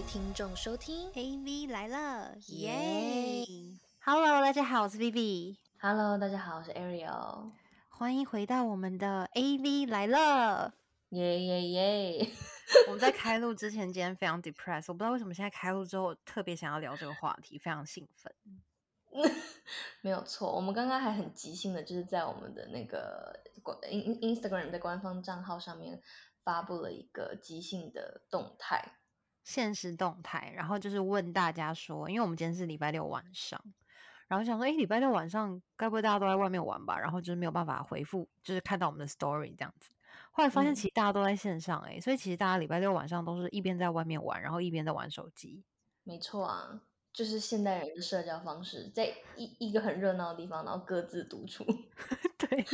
听众收听 AV 来了， 耶耶！Hello，大家好，我是 Vivi， Hello，大家好，我是 Ariel， 欢迎回到我们的 AV 来了。 耶耶耶！ 我们在开录之前，今天非常 depressed，我不知道为什么现在开录之后特别想要聊这个话题，非常兴奋。 没有错，我们刚刚还很即兴的，就是在我们的那个Instagram 的官方账号上面发布了一个即兴的动态， 现实动态，然后就是问大家说，因为我们今天是礼拜六晚上，然后想说，礼拜六晚上该不会大家都在外面玩吧？然后就是没有办法回复，就是看到我们的 story 这样子。后来发现其实大家都在线上所以其实大家礼拜六晚上都是一边在外面玩，然后一边在玩手机。 没错啊，就是现代人的社交方式，在一个很热闹的地方，然后各自独处。 对，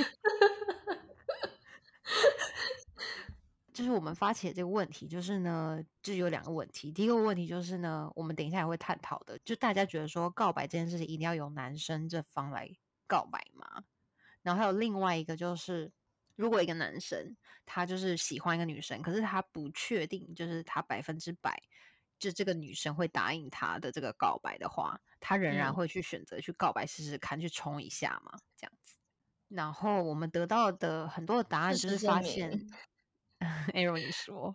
就是我们发起的这个问题，就是呢，就有两个问题。第一个问题就是呢，我们等一下也会探讨的，就大家觉得说告白这件事情一定要由男生这方来告白吗？然后还有另外一个就是，如果一个男生他就是喜欢一个女生，可是他不确定，就是他100%就这个女生会答应他的这个告白的话，他仍然会去选择去告白试试看，去冲一下嘛，这样子。然后我们得到的很多的答案就是发现，Arrow 你说，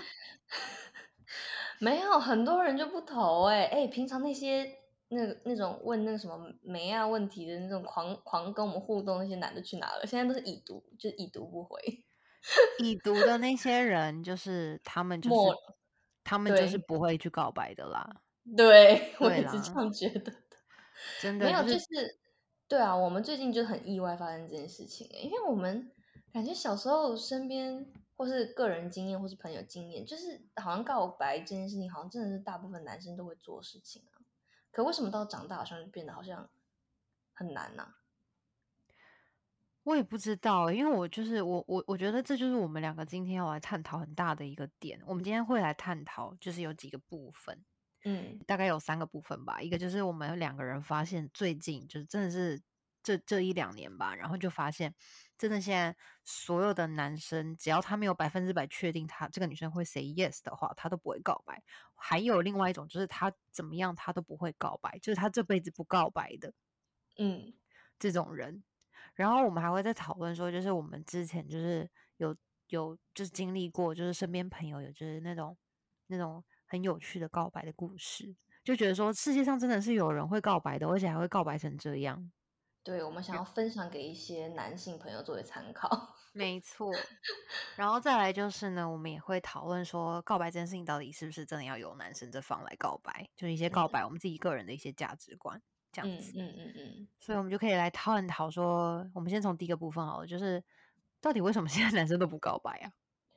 没有很多人就不投平常那些那种问那个什么梅啊问题的那种狂跟我们互动那些男的去哪了？现在都是已读，就是已读不回。 已读的那些人，就是他们就是对不会去告白的啦。 对，我对啦， 也是这样觉得的。 真的没有， 就是对啊，我们最近就很意外发生这件事情因为我们感觉小时候身边或是个人经验或是朋友经验，就是好像告白这件事情，好像真的是大部分男生都会做的事情啊。可为什么到长大好像就变得好像很难呢？ 我也不知道因为我就是我觉得这就是我们两个今天要来探讨很大的一个点。我们今天会来探讨，就是有几个部分，大概有3个部分吧。一个就是我们两个人发现最近就是真的是这1-2年吧，然后就发现真的现在所有的男生，只要他没有100%确定他这个女生会 say yes 的话，他都不会告白。还有另外一种就是他怎么样他都不会告白，就是他这辈子不告白的这种人。然后我们还会再讨论说，就是我们之前就是有就是经历过，就是身边朋友有就是那种很有趣的告白的故事，就觉得说世界上真的是有人会告白的，而且还会告白成这样。 对，我们想要分享给一些男性朋友作为参考。 没错，然后再来就是呢，我们也会讨论说，告白这件事情到底是不是真的要由男生这方来告白，就是一些告白我们自己个人的一些价值观这样子。所以我们就可以来探讨说，我们先从第一个部分好了，就是到底为什么现在男生都不告白啊？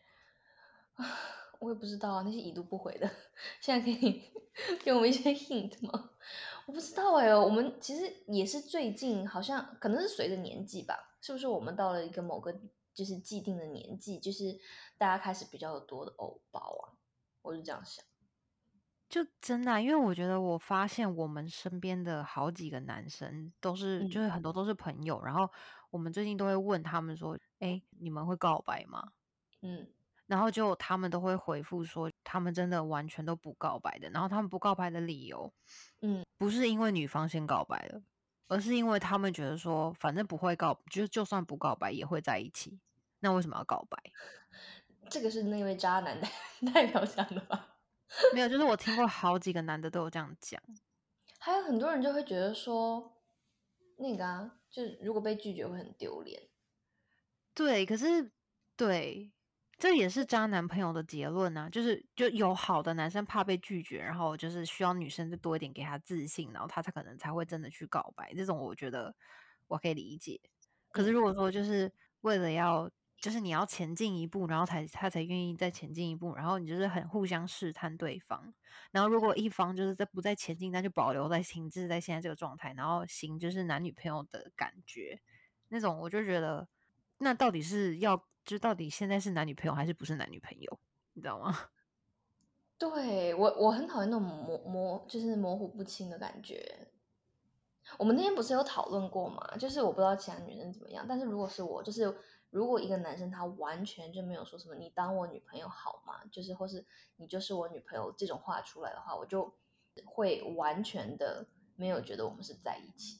我也不知道啊，那些已读不回的，现在可以给我们一些 hint 吗？我不知道我们其实也是最近，好像可能是随着年纪吧，是不是我们到了一个某个就是既定的年纪，就是大家开始比较多的偶包啊，我是这样想。 就真的因为我觉得我发现我们身边的好几个男生都是，就是很多都是朋友，然后我们最近都会问他们说，你们会告白吗？然后就他们都会回复说，他们真的完全都不告白的。然后他们不告白的理由，不是因为女方先告白了，而是因为他们觉得说，反正不会告，就算不告白也会在一起，那为什么要告白？ 这个是那位渣男的代表讲的吧？ 没有，就是我听过好几个男的都有这样讲。 还有很多人就会觉得说，那个啊，就是如果被拒绝会很丢脸。 对，可是对，这也是渣男朋友的结论啊，就有好的男生怕被拒绝，然后就是需要女生就多一点给他自信，然后他可能才会真的去告白。这种我觉得我可以理解。可是如果说就是为了要，就是你要前进一步，然后他才愿意再前进一步，然后你就是很互相试探对方，然后如果一方就是不再前进，那就保留在停滞在现在这个状态，然后行就是男女朋友的感觉，那种我就觉得。那到底是就到底现在是男女朋友还是不是男女朋友，你知道吗？ 对，我很讨厌那种就是模糊不清的感觉。我们那天不是有讨论过嘛？就是我不知道其他女生怎么样，但是如果是我，就是如果一个男生他完全就没有说什么“你当我女朋友好吗”，就是或是“你就是我女朋友”这种话出来的话，我就会完全的没有觉得我们是在一起。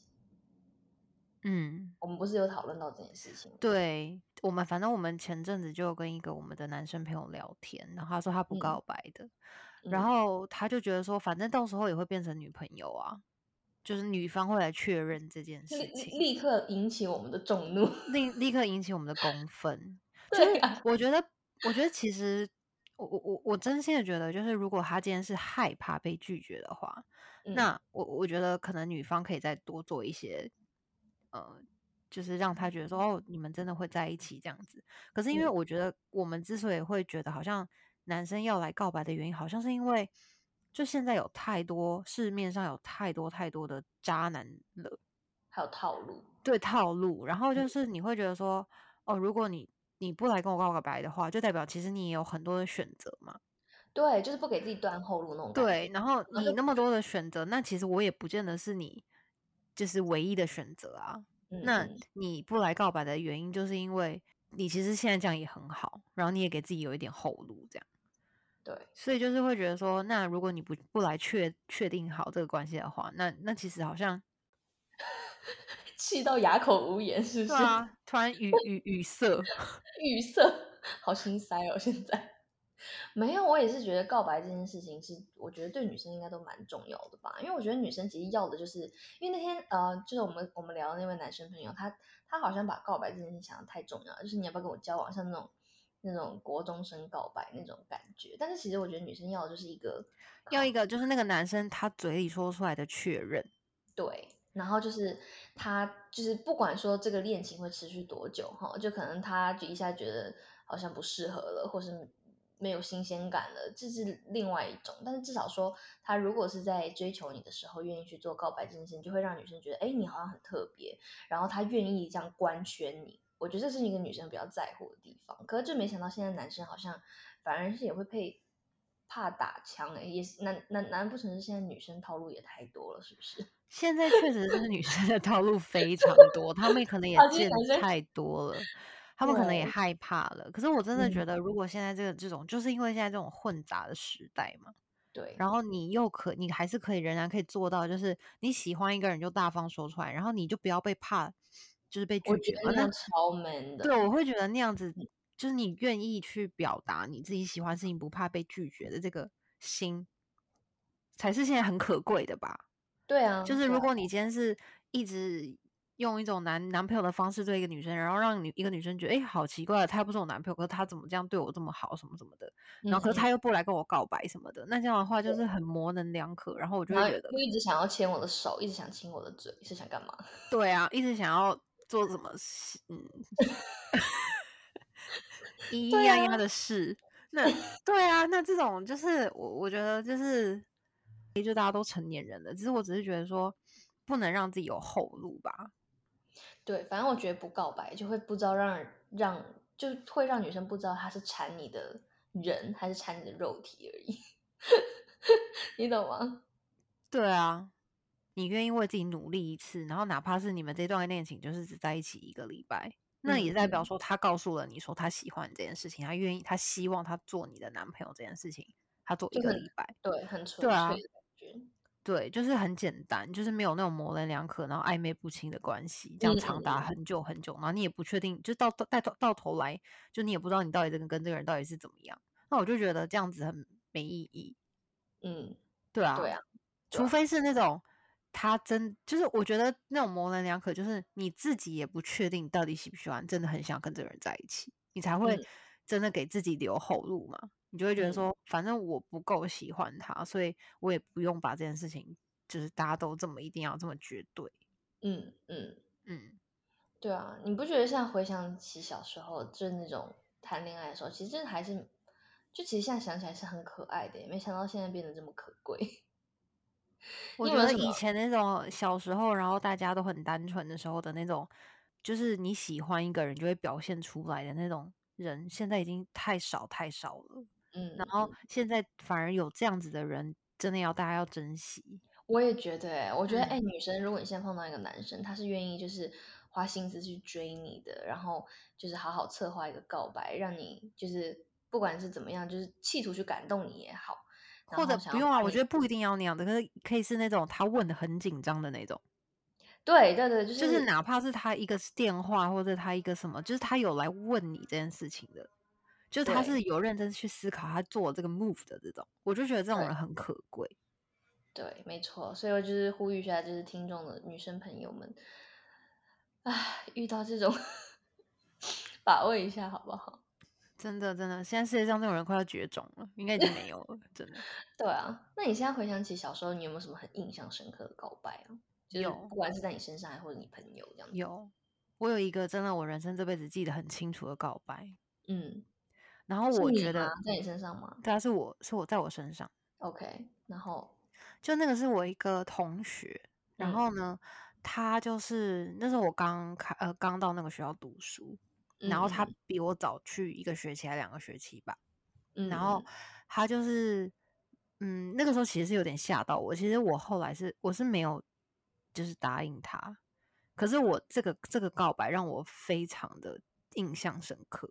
我们不是有讨论到这件事情吗？ 对，反正我们前阵子就跟一个我们的男生朋友聊天，然后他说他不告白的，然后他就觉得说，反正到时候也会变成女朋友啊，就是女方会来确认这件事情， 立刻引起我们的众怒， 立刻引起我们的公愤。就是对啊， 我觉得其实我真心的觉得，就是如果他今天是害怕被拒绝的话，那我觉得可能女方可以再多做一些，就是让他觉得说哦，你们真的会在一起这样子。可是因为我觉得我们之所以会觉得好像男生要来告白的原因，好像是因为就现在市面上有太多的渣男了， 还有套路， 对，套路。然后就是你会觉得说，哦，如果你不来跟我告个白的话，就代表其实你也有很多的选择嘛。 对，就是不给自己断后路那种感觉。 对，然后你那么多的选择，那其实我也不见得是你就是唯一的选择啊。那你不来告白的原因，就是因为你其实现在这样也很好，然后你也给自己有一点后路，这样。 对， 所以就是会觉得说，那如果你不来确定好这个关系的话，那其实好像气到哑口无言，是不是？ 对啊，突然语塞。 语塞，好心塞哦！现在没有，我也是觉得告白这件事情是，我觉得对女生应该都蛮重要的吧。因为我觉得女生其实要的就是，因为那天就是我们聊的那位男生朋友，他好像把告白这件事情想的太重要了，就是你要不要跟我交往，像那种国中生告白那种感觉。但是其实我觉得女生要的就是要一个就是那个男生他嘴里说出来的确认。 对，然后就是他就是不管说这个恋情会持续多久哈，就可能他就一下觉得好像不适合了，或是没有新鲜感了，这是另外一种。但是至少说他如果是在追求你的时候愿意去做告白这件事情，就会让女生觉得哎你好像很特别，然后他愿意这样官宣你。我觉得这是一个女生比较在乎的地方。可是就没想到现在男生好像反而是也会怕打枪也是难不成是现在女生套路也太多了，是不是？ 现在确实是女生的套路非常多，她们可能也好，今天见男生太多了，她们可能也对， 害怕了。可是我真的觉得，如果现在这种，就是因为现在这种混杂的时代嘛， 对， 然后你还是仍然可以做到，就是你喜欢一个人就大方说出来，然后你就不要被怕，就是被我觉得拒绝嘛。那那样超 man 对， 的。 我会觉得那样子，就是你愿意去表达你自己喜欢的事情，不怕被拒绝的这个心，才是现在很可贵的吧。 对啊， 就是对啊， 如果你今天是一直用一种男朋友的方式对一个女生，然后让一个女生觉得，好奇怪，他又不是我男朋友，可是他怎么这样对我这么好，什么什么的，然后可是他又不来跟我告白什么的，那这样的话就是很模棱两可，然后我就然后会觉得， 又一直想要牵我的手，一直想亲我的嘴，是想干嘛？ 对啊，一直想要做什么咿咿对啊， 呀呀的事，那对啊，那这种就是我觉得就是就大家都成年人了，我只是觉得说不能让自己有后路吧。 对，反正我觉得不告白就会不知道就会让女生不知道他是馋你的人还是馋你的肉体而已，你懂吗？ 对啊，你愿意为自己努力一次，然后哪怕是你们这段恋情就是只在一起1个礼拜，那也代表说他告诉了你说他喜欢这件事情，他希望他做你的男朋友这件事情，他做1个礼拜。 对，很纯粹对啊， 的感觉。 对，就是很简单，就是没有那种模棱两可，然后暧昧不清的关系，这样长达很久很久，然后你也不确定，就到头来，就你也不知道你到底跟这个人到底是怎么样，那我就觉得这样子很没意义。对啊， 对啊， 除非是那种就是我觉得那种模棱两可，就是你自己也不确定到底喜不喜欢，真的很想跟这个人在一起，你才会真的给自己留后路嘛。你就会觉得说，反正我不够喜欢他，所以我也不用把这件事情，就是大家都这么一定要这么绝对。 嗯，对啊，你不觉得现在回想起小时候，就是那种谈恋爱的时候，其实还是，就其实现在想起来是很可爱的，没想到现在变得这么可贵。 我你有没有什么？ 觉得以前那种小时候，然后大家都很单纯的时候的那种，就是你喜欢一个人就会表现出来的那种人，现在已经太少太少了。然后现在反而有这样子的人，真的大家要珍惜。 我也觉得我觉得女生如果你现在碰到一个男生，他是愿意就是花心思去追你的，然后就是好好策划一个告白，让你就是不管是怎么样，就是企图去感动你也好，然或者后想不用啊， 要把你我觉得不一定要那样的，可是可以是那种他问的很紧张的那种。 对对对， 就是哪怕是他一个电话或者他一个什么，就是他有来问你这件事情的，就是他是有认真去思考他做这个 move 的这种，我就觉得这种人很可贵。 对，没错，所以我就是呼吁一下，就是听众的女生朋友们，遇到这种把握一下好不好？ 真的真的，现在世界上这种人快要绝种了，应该已经没有了，真的。 对啊，那你现在回想起小时候，你有没有什么很印象深刻的告白啊？就是有不管是在你身上，还或者你朋友这样子。 有，我有一个真的我人生这辈子记得很清楚的告白， 嗯， 然后是你吗？ 我觉得， 在你身上吗对啊，是我在我身上， ？OK，然后， 就那个是我一个同学，然后呢，他就是那时候我刚到那个学校读书，然后他比我早去1个学期还2个学期吧，然后他就是那个时候其实是有点吓到我，其实我后来我是没有就是答应他，可是我这个告白让我非常的印象深刻。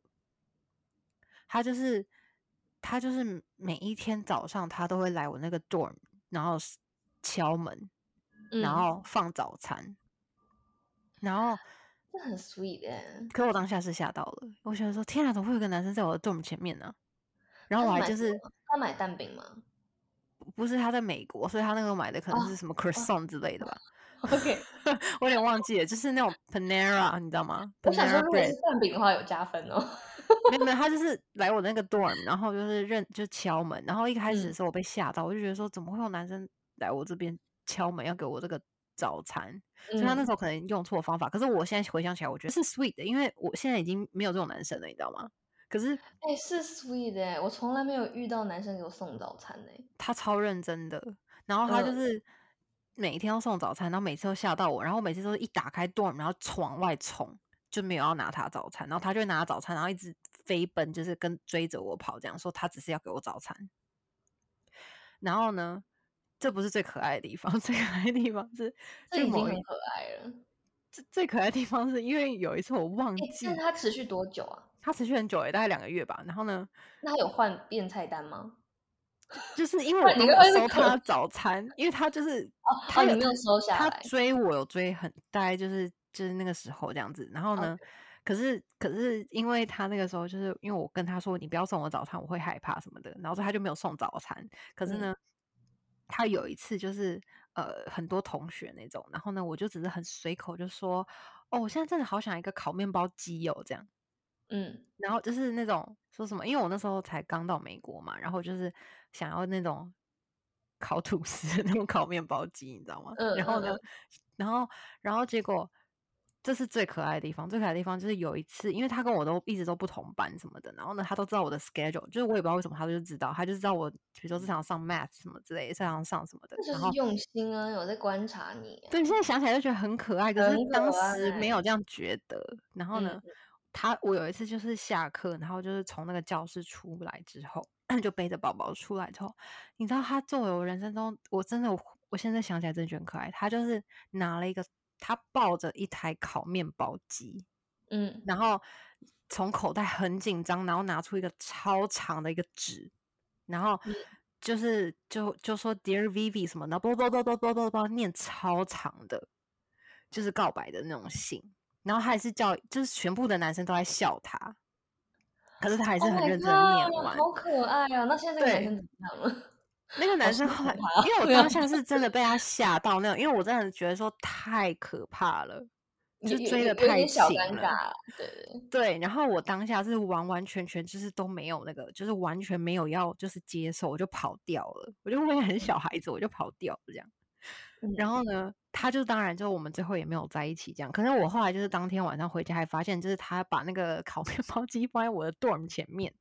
他就是每一天早上他都会来我那个 dorm， 然后敲门，然后放早餐，然后这很 sweet 哎。 可我当下是吓到了，我觉得说天啊，怎么会有个男生在我的 dorm 前面呢？然后我还就是他买蛋饼吗？ 不是他在美国，所以他那个买的可能是什么 croissant 之类的吧。 OK， 我有点忘记了，就是那种 Panera， 你知道吗？ 我想说， Panera 如果是 bread。 蛋饼的话，有加分哦。 没有，他就是来我那个 dorm， 然后就敲门，然后一开始的时候我被吓到，我就觉得说怎么会有男生来我这边敲门要给我这个早餐？所以他那时候可能用错方法，可是我现在回想起来，我觉得是 sweet 的，因为我现在已经没有这种男生了，你知道吗？可是是 sweet 哎，我从来没有遇到男生给我送早餐哎。 他超认真的，然后他就是每天要送早餐，然后每次都吓到我，然后每次都是一打开 dorm， 然后往外冲，就没有要拿他早餐，然后他就拿早餐，然后一直飞奔，就是追着我跑，这样说他只是要给我早餐。然后呢，这不是最可爱的地方，最可爱的地方是， 这已经很可爱了。 最可爱的地方是因为有一次我忘记， 但是他持续多久啊？ 他持续很久大概2个月吧。然后呢， 那他有换变菜单吗？ 就是因为我都没有收他早餐，因为他就是你没有收下来， 他追我有追大概就是那个时候这样子。然后呢，可是因为他那个时候就是因为我跟他说你不要送我早餐，我会害怕什么的，然后所以他就没有送早餐。可是呢，他有一次就是很多同学那种，然后呢我就只是很随口就说哦，我现在真的好想一个烤面包机哦这样。然后就是那种说什么，因为我那时候才刚到美国嘛，然后就是想要那种烤吐司的那种烤面包机，你知道吗？然后呢，然后结果这是最可爱的地方，最可爱的地方就是有一次，因为他跟我都一直都不同班什么的，然后呢，他都知道我的 schedule，就是我也不知道为什么他就知道，他就知道我，比如说这场上 math 什么之类的，这场上什么的， 这就是用心啊，有在观察你。 对，现在想起来就觉得很可爱，可是当时没有这样觉得。然后呢，我有一次就是下课，然后就是从那个教室出来之后，就背着包包出来之后，你知道他作为我人生中，我现在想起来真的觉得很可爱。他就是他抱着一台烤面包机，然后从口袋很紧张，然后拿出一个超长的一个纸，然后就说 Dear Vivi 什么的，啵念超长的，就是告白的那种信。然后他还是就是全部的男生都在笑他，可是他还是很认真的念完。 好可爱啊！那现在这个男生怎么样了？ 那个男生后来，因为我当下是真的被他吓到那种，因为我真的觉得说太可怕了，就追得太紧了。对，然后我当下是完完全全就是都没有那个，就是完全没有要就是接受，我就跑掉了。我就我也很小孩子，我就跑掉了这样。然后呢，他就当然就我们最后也没有在一起这样。可是我后来就是当天晚上回家还发现，就是他把那个烤面包机放在我的 dorm 前面。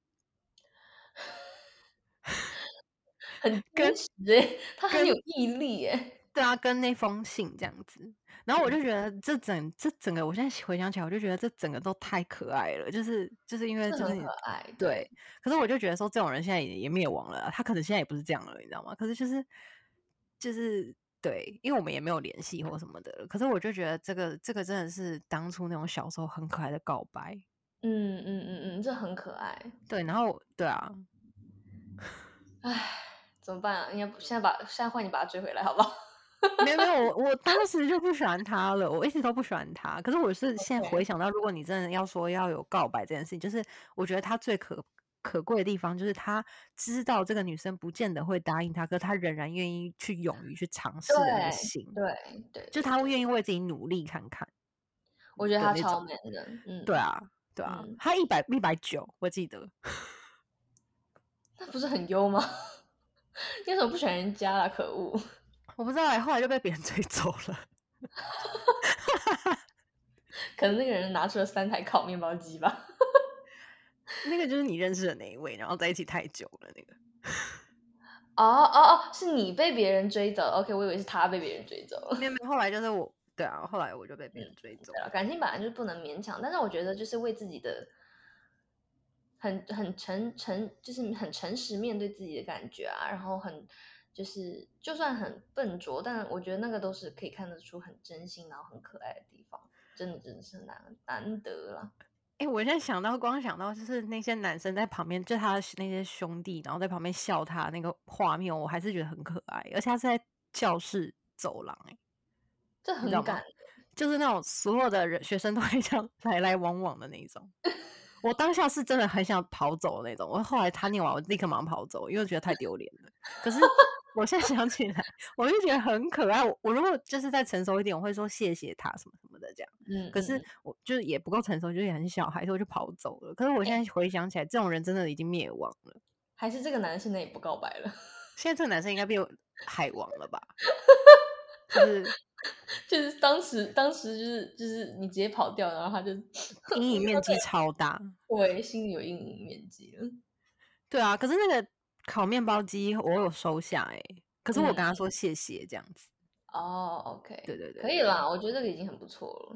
很真实欸，他很有毅力耶。 对啊，跟那封信这样子。然后我就觉得这整个，我现在回想起来，我就觉得这整个都太可爱了。就是因为就是很可爱， 对。可是我就觉得说，这种人现在也灭亡了，他可能现在也不是这样了，你知道吗？可是就是对，因为我们也没有联系或什么的，可是我就觉得这个真的是当初那种小时候很可爱的告白。 这很可爱。 对，然后对啊， 唉，怎么办啊？现在换你把他追回来，好不好？ 没有，我当时就不喜欢他了，我一直都不喜欢他。可是我是现在回想到，如果你真的要说要有告白这件事情，就是我觉得他最可贵的地方，就是他知道这个女生不见得会答应他，可是他仍然愿意去勇于去尝试的那个心， 对， 就他会愿意为自己努力看看。 我觉得他超 man 的， 对啊，他190，我记得。 那不是很优吗？你为什么不选人家啦？可恶！ 我不知道后来就被别人追走了。 可能那个人拿出了3台烤面包机吧。 那个就是你认识的那一位，然后在一起太久了那个。 是你被别人追走 ？OK， 我以为是他被别人追走了。 没有，后来就是我，对啊，后来我就被别人追走了。 感情本来就是不能勉强，但是我觉得就是为自己的很就是很诚实面对自己的感觉啊，然后就是就算很笨拙，但我觉得那个都是可以看得出很真心，然后很可爱的地方，真的是难得啦。 我现在光想到就是那些男生在旁边，就他的那些兄弟，然后在旁边笑他那个画面，我还是觉得很可爱。而且他是在教室走廊， 这很感人， 就是那种所有的学生都会这样来来往往的那种。我当下是真的很想跑走的那种，我后来他念完，我立刻马上跑走，因为觉得太丢脸了。可是我现在想起来，我就觉得很可爱。我如果就是再成熟一点，我会说谢谢他什么什么的这样。可是我就是也不够成熟，就是也很小孩，所以我就跑走了。可是我现在回想起来，这种人真的已经灭亡了。 还是这个男人现在也不告白了？ 现在这个男生应该变海王了吧？ 就是当时就是你直接跑掉，然后他就阴影面积超大， 对，心里有阴影面积了。 对啊，可是那个烤面包机我有收下可是我跟他说谢谢这样子。 OK， 对， 可以啦，我觉得这个已经很不错了。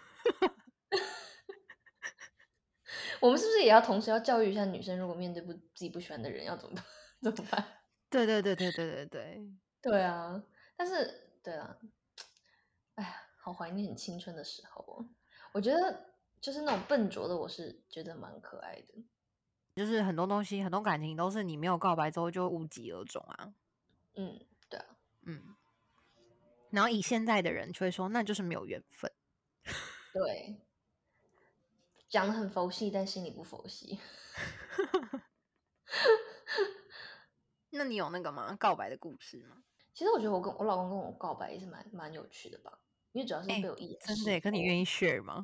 我们是不是也要同时要教育一下女生，如果面对自己不喜欢的人要怎么办？ 对。 对啊，但是对啊，哎呀，好怀念很青春的时候哦。我觉得就是那种笨拙的，我是觉得蛮可爱的。 就是很多东西，很多感情都是你没有告白之后就无疾而终啊。 对啊。 然后以现在的人就会说，那就是没有缘分。 对，讲得很佛系，但心里不佛系。 那你有那个吗？告白的故事吗？ 其实我觉得我老公跟我告白也是蛮有趣的吧，因为主要是被我一眼真的，可你愿意 share 吗？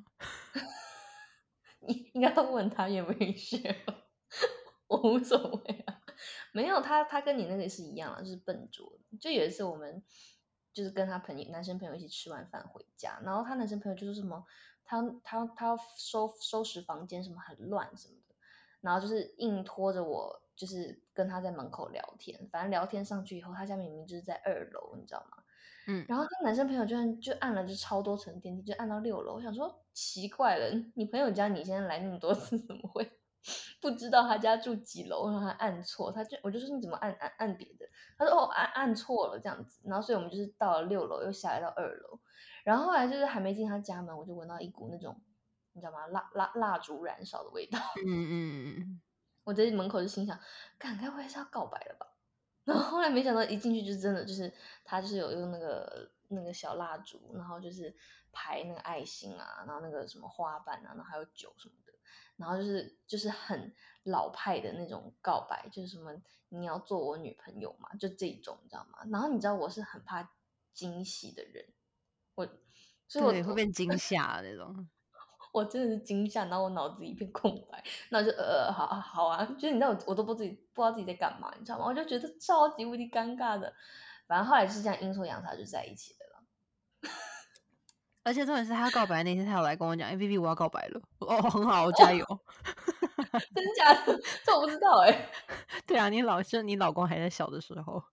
你应该要问他愿不愿意 share， 我无所谓啊。没有他跟你那个是一样啊，就是笨拙的。就有一次我们就是跟他男生朋友一起吃完饭回家，然后他男生朋友就是什么，他要收拾房间什么很乱什么的，然后就是硬拖着我，就是跟他在门口聊天。反正聊天上去以后，他家明明就是在2楼，你知道吗？然后他男生朋友就按了就超多层电梯，就按到6楼。我想说奇怪了，你朋友家你现在来那么多次，怎么会不知道他家住几楼？然后他按错，我就说你怎么按别的？他说按错了这样子。然后所以我们就是到了6楼，又下来到2楼。然后后来就是还没进他家门，我就闻到一股那种你知道吗？蜡烛燃烧的味道。我在门口就心想，该不会是要告白了吧？然后后来没想到一进去就真的就是他就是有用那个小蜡烛，然后就是排那个爱心啊，然后那个什么花瓣啊，然后还有酒什么的，然后就是很老派的那种告白，就是什么你要做我女朋友嘛，就这种你知道吗？然后你知道我是很怕惊喜的人，所以我会变惊吓那种。 我真的是惊吓，然后我脑子一片空白，那就好啊，就是你知道我都不知道自己在干嘛，你知道吗？我就觉得超级无敌尴尬的。反正后来就是这样阴错阳差就在一起了啦。 而且重点是他告白那天，他有来跟我讲，BB 我要告白了。哦，很好，加油。 真假的？这我不知道对啊，你老公还在小的时候。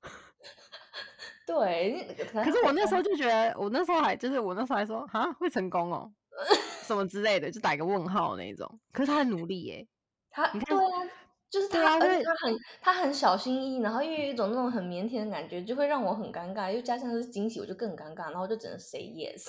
对， 可是我那时候就觉得，我那时候还说，哈，会成功哦，什么之类的，就打一个问号那种。可是他很努力耶。 对啊， 就是他， 对啊， 而且所以他很小心翼翼，然后又有一种那种很腼腆的感觉，就会让我很尴尬，又加上是惊喜，我就更尴尬，然后就只能 say yes。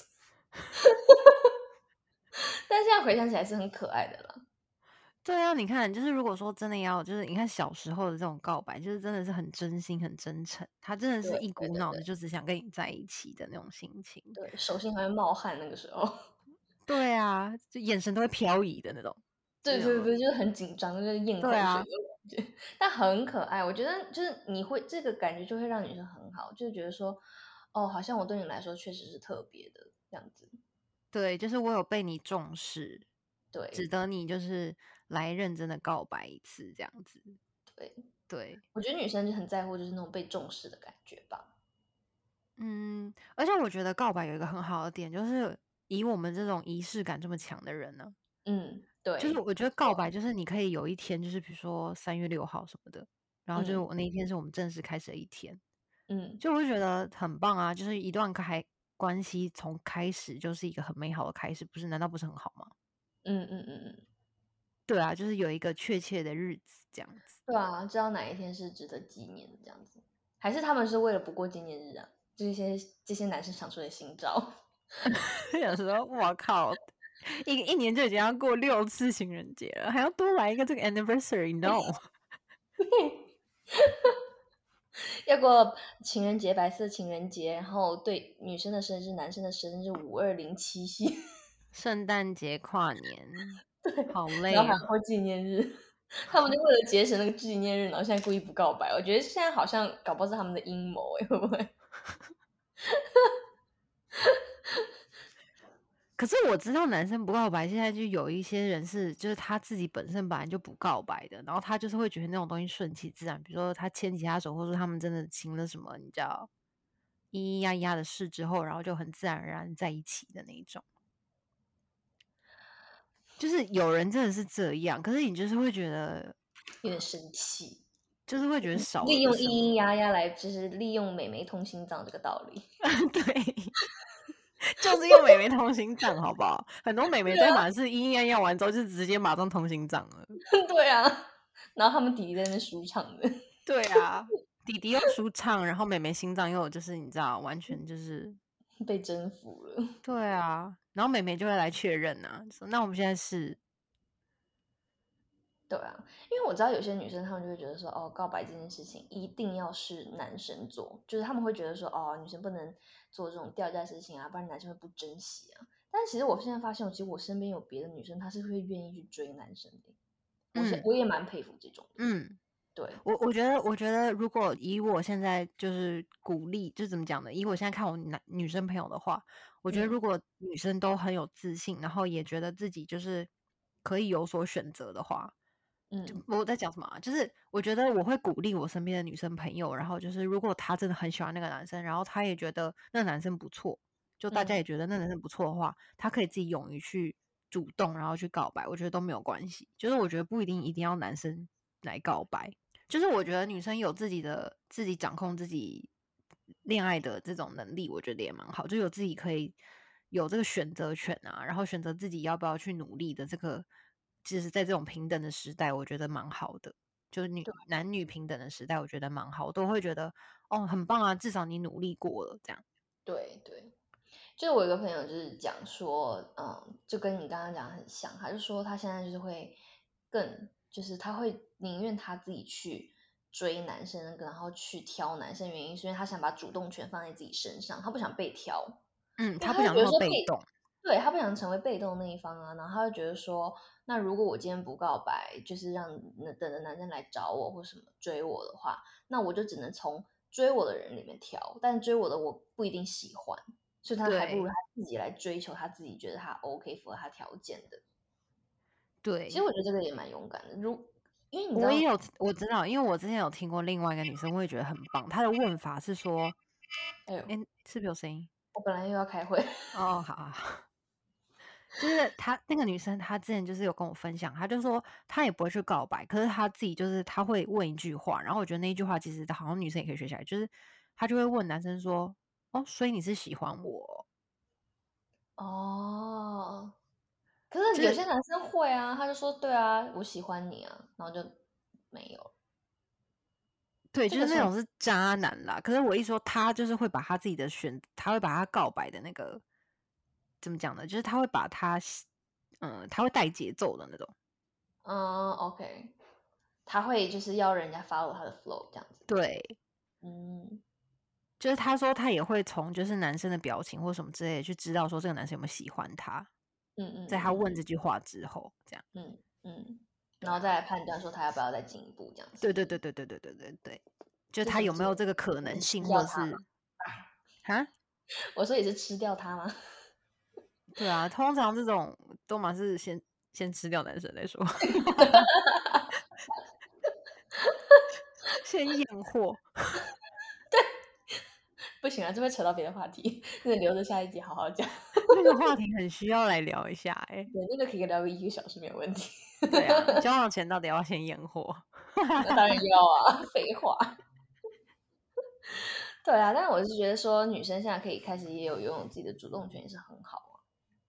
但是现在回想起来是很可爱的啦。 对啊，你看，就是如果说真的要，就是你看小时候的这种告白，就是真的是很真心、很真诚，他真的对是一股脑的对对对就只想跟你在一起的那种心情。 对，手心还会冒汗那个时候。 对啊，就眼神都会飘移的那种。 对对对，就是很紧张，就是咽对啊， 口水的感觉，但很可爱。我觉得就是你会这个感觉就会让女生很好，就是觉得说，哦，好像我对你来说确实是特别的这样子。 对，就是我有被你重视，值对得你就是来认真的告白一次这样子。 对， 对， 我觉得女生就很在乎就是那种被重视的感觉吧。 而且我觉得告白有一个很好的点，就是以我们这种仪式感这么强的人呢， 嗯， 就是对， 我觉得告白就是你可以有一天，就是比如说3月6号什么的，然后就是嗯我那一天是我们正式开始的一天， 嗯就我会觉得很棒啊，就是一段关系从开始就是一个很美好的开始，不是？难道不是很好吗？ 嗯嗯嗯嗯， 对啊，就是有一个确切的日子这样子。 对啊，知道哪一天是值得纪念的这样子，还是他们是为了不过纪念日啊？这些男生想出的新招。 想说，我靠，一年就已经要过6次情人节了，还要多来一个这个 anniversary，no？ 要过情人节、白色情人节，然后对女生的生日、男生的生日520、7夕， 圣诞节、跨年，好然后累哦。 还要过纪念日。他们就为了节省那个纪念日，然后现在故意不告白。我觉得现在好像搞不好是他们的阴谋，会不会？ 可是我知道男生不告白，现在就有一些人是，就是他自己本身本来就不告白的，然后他就是会觉得那种东西顺其自然，比如说他牵起他手，或者说他们真的行了什么，你知道，咿咿呀呀的事之后，然后就很自然而然在一起的那一种。就是有人真的是这样，可是你就是会觉得， 有点生气， 就是会觉得少了利用咿个什么。 咿呀呀来，就是利用美眉通心脏这个道理。 对，就是用美眉通心脏，好不好？很多美眉在马是咿咿呀呀完之后，就直接马上通心脏了。 对啊，然后他们弟弟在那边舒畅的。 对啊，弟弟又舒畅，然后妹妹心脏又就是你知道，完全就是被征服了。 对啊，然后妹妹就会来确认啊，说那我们现在是对啊，因为我知道有些女生，她们就会觉得说，哦，告白这件事情一定要是男生做，就是他们会觉得说，哦，女生不能做这种掉价事情啊，不然男生会不珍惜啊。但其实我现在发现，其实我身边有别的女生，她是会愿意去追男生的。我也蛮佩服这种的。 嗯， 对， 我觉得如果以我现在就是鼓励，就怎么讲呢？以我现在看我女生朋友的话，我觉得如果女生都很有自信，然后也觉得自己就是可以有所选择的话，就我在讲什么啊？就是我觉得我会鼓励我身边的女生朋友，然后就是如果她真的很喜欢那个男生，然后她也觉得那个男生不错，就大家也觉得那个男生不错的话，她可以自己勇于去主动，然后去告白，我觉得都没有关系。就是我觉得不一定要男生来告白，就是我觉得女生有自己掌控自己恋爱的这种能力，我觉得也蛮好，就有自己可以有这个选择权啊，然后选择自己要不要去努力的这个，其实在这种平等的时代，我觉得蛮好的。就是男女平等的时代，我觉得蛮好，我都会觉得哦，很棒啊，至少你努力过了，这样。 对对，就是我有个朋友就是讲说，就跟你刚刚讲的很像，他就说他现在就是会就是他会宁愿他自己去追男生，然后去挑男生，原因是因为他想把主动权放在自己身上，他不想被挑。因为他不想那么他就觉得说被动。 对，他不想成为被动那一方啊，然后他就觉得说，那如果我今天不告白，就是等着男生来找我或什么追我的话，那我就只能从追我的人里面挑，但追我的我不一定喜欢，所以他还不如对他自己来追求他自己觉得他 OK 符合他条件的。其实对， 我觉得这个也蛮勇敢的，因为你知道， 我知道，因为我之前有听过另外一个女生，我也觉得很棒。她的问法是说， 哎呦， 是不是有声音？ 我本来又要开会。 哦，好好好，就是她那个女生，她之前就是有跟我分享，她就说她也不会去告白，可是她自己就是她会问一句话，然后我觉得那一句话其实好像女生也可以学起来，就是她就会问男生说：“哦，所以你是喜欢我哦，可哦？”就是是有些男生会啊，他就说对啊，我喜欢你啊，然后就没有。 对， 这个算就是那种是渣男啦。可是我一说他就是会把他自己的他会把他告白的那个怎么讲呢？就是他会把他会带节奏的那种。 OK，他会就是要人家 follow 他的 flow 这样子。 对， 就是他说他也会从就是男生的表情或什么之类的去知道说这个男生有没有喜欢他。在他问这句话之后，这样。 然后再来判断说他要不要再进一步这样子。 对，就是他有没有这个可能性，或者是我说也是吃掉他吗？ 对啊，通常这种都嘛是先吃掉男生再说，先验货。 对，不行啊，这会扯到别的话题，那留着下一集好好讲。 那个话题很需要来聊一下对， 那个可以聊个1个小时没有问题。 对啊，交往前到底要先验货？ 那当然要啊，废话。对啊，但是我是觉得说，女生现在可以开始也有拥有自己的主动权，也是很好啊。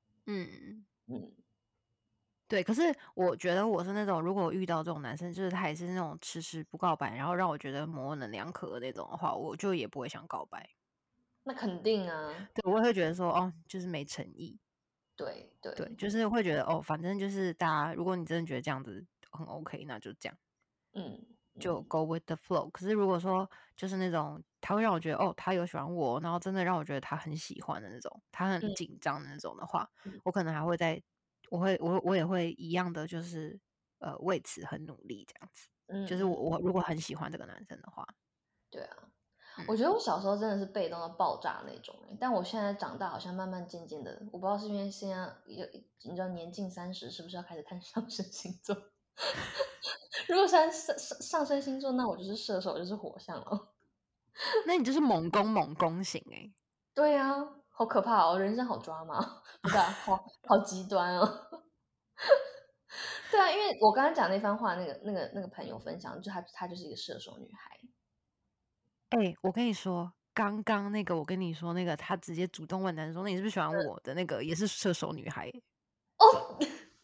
对。可是我觉得我是那种，如果我遇到这种男生，就是他也是那种迟迟不告白，然后让我觉得模棱两可的那种的话，我就也不会想告白。 那肯定啊。 对，我会觉得说，哦，就是没诚意。 对， 就是会觉得哦，反正就是大家，如果你真的觉得这样子很 OK，那就这样。就 go with the flow。可是如果说就是那种他会让我觉得哦，他有喜欢我，然后真的让我觉得他很喜欢的那种，他很紧张的那种的话，我可能还会我也会一样的，就是为此很努力这样子。就是我如果很喜欢这个男生的话。 对啊，我觉得我小时候真的是被动到爆炸那种但我现在长大好像慢慢渐渐的，我不知道是因为现在你知道年近30是不是要开始看上升星座？如果上升星座，那我就是射手，就是火象了。 那你就是猛攻型对啊，好可怕哦，人生好抓马，不是好极端哦。对啊，因为我刚刚讲那番话，那个朋友分享，就她就是一个射手女孩。 我跟你说，刚刚那个我跟你说那个，他直接主动问男生说：“那你是不是喜欢我的？”那个也是射手女孩。 哦，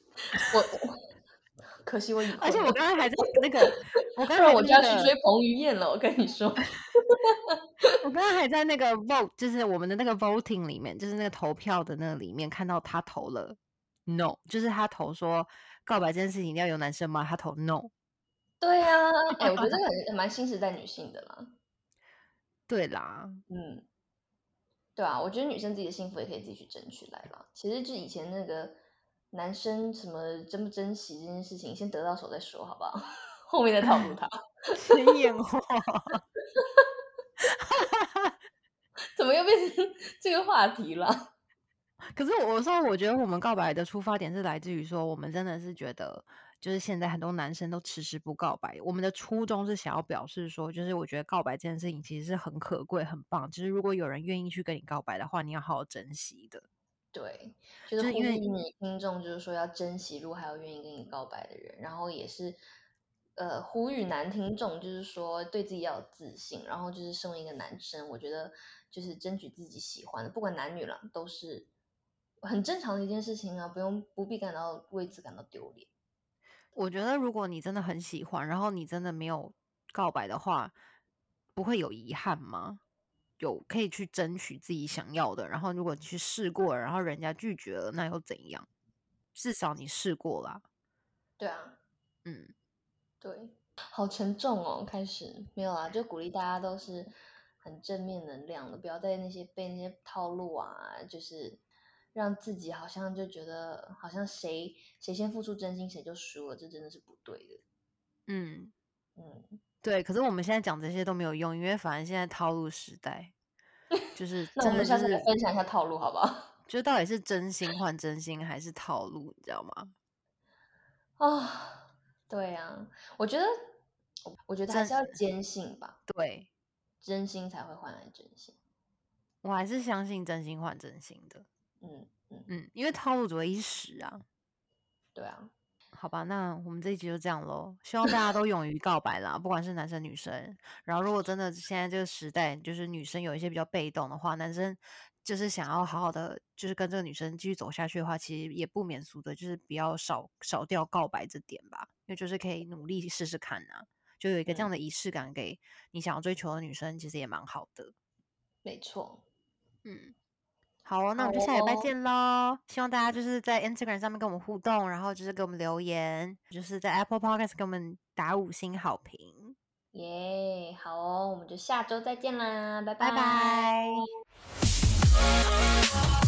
可惜我已婚了。 而且我刚刚还在那个，我刚不然我就要才在那个， 去追彭于晏了。我跟你说， 我刚刚还在那个 vote，就是我们的那个 voting 里面，就是那个投票的那个里面，看到他投了 no，就是他投说告白这件事情一定要有男生吗？他投 no。 对啊，我觉得这个很蛮新时代女性的啦。 对啦， 对啊，我觉得女生自己的幸福也可以自己去争取来啦。其实就以前那个男生什么珍不珍惜这件事情，先得到手再说，好不好？后面再套路他。 先验货。 怎么又变成这个话题了？ 可是我觉得我们告白的出发点是来自于说，我们真的是觉得，就是现在很多男生都迟迟不告白。我们的初衷是想要表示说，就是我觉得告白这件事情其实是很可贵、很棒。就是如果有人愿意去跟你告白的话，你要好好珍惜的。 对，就是呼吁你听众，就是说要珍惜，如果还有愿意跟你告白的人，然后也是呼吁男听众，就是说对自己要有自信，然后就是身为一个男生，我觉得就是争取自己喜欢的，不管男女了，都是很正常的一件事情啊，不必为此感到丢脸。 我觉得如果你真的很喜欢，然后你真的没有告白的话，不会有遗憾吗？可以去争取自己想要的，然后如果你去试过了，然后人家拒绝了，那又怎样？至少你试过啦。 对啊，对，好沉重哦。开始没有啊，就鼓励大家都是很正面能量的，不要被那些套路啊，就是让自己好像就觉得好像谁先付出真心谁就输了，这真的是不对的。 对。可是我们现在讲这些都没有用，因为反正现在套路时代，就是那我们下次来真的就是， 分享一下套路，好不好？ 就到底是真心换真心还是套路，你知道吗？ 对啊，我觉得还是要坚信吧， 对， 真心才会换来真心。 我还是相信真心换真心的。因为套路只会一时啊。 对啊。 好吧，那我们这一集就这样咯，希望大家都勇于告白啦，不管是男生女生。然后如果真的现在这个时代，就是女生有一些比较被动的话，男生就是想要好好的就是跟这个女生继续走下去的话，其实也不免俗的，就是比较少掉告白这点吧，因为就是可以努力试试看啊，就有一个这样的仪式感给你想要追求的女生，其实也蛮好的。 没错。 好哦，那我们就下礼拜见咯。希望大家就是在 Instagram 上面跟我们互动，然后就是给我们留言，就是在 Apple Podcast 给我们打5星好评。 耶，好哦，我们就下周再见啦，拜拜拜。 拜。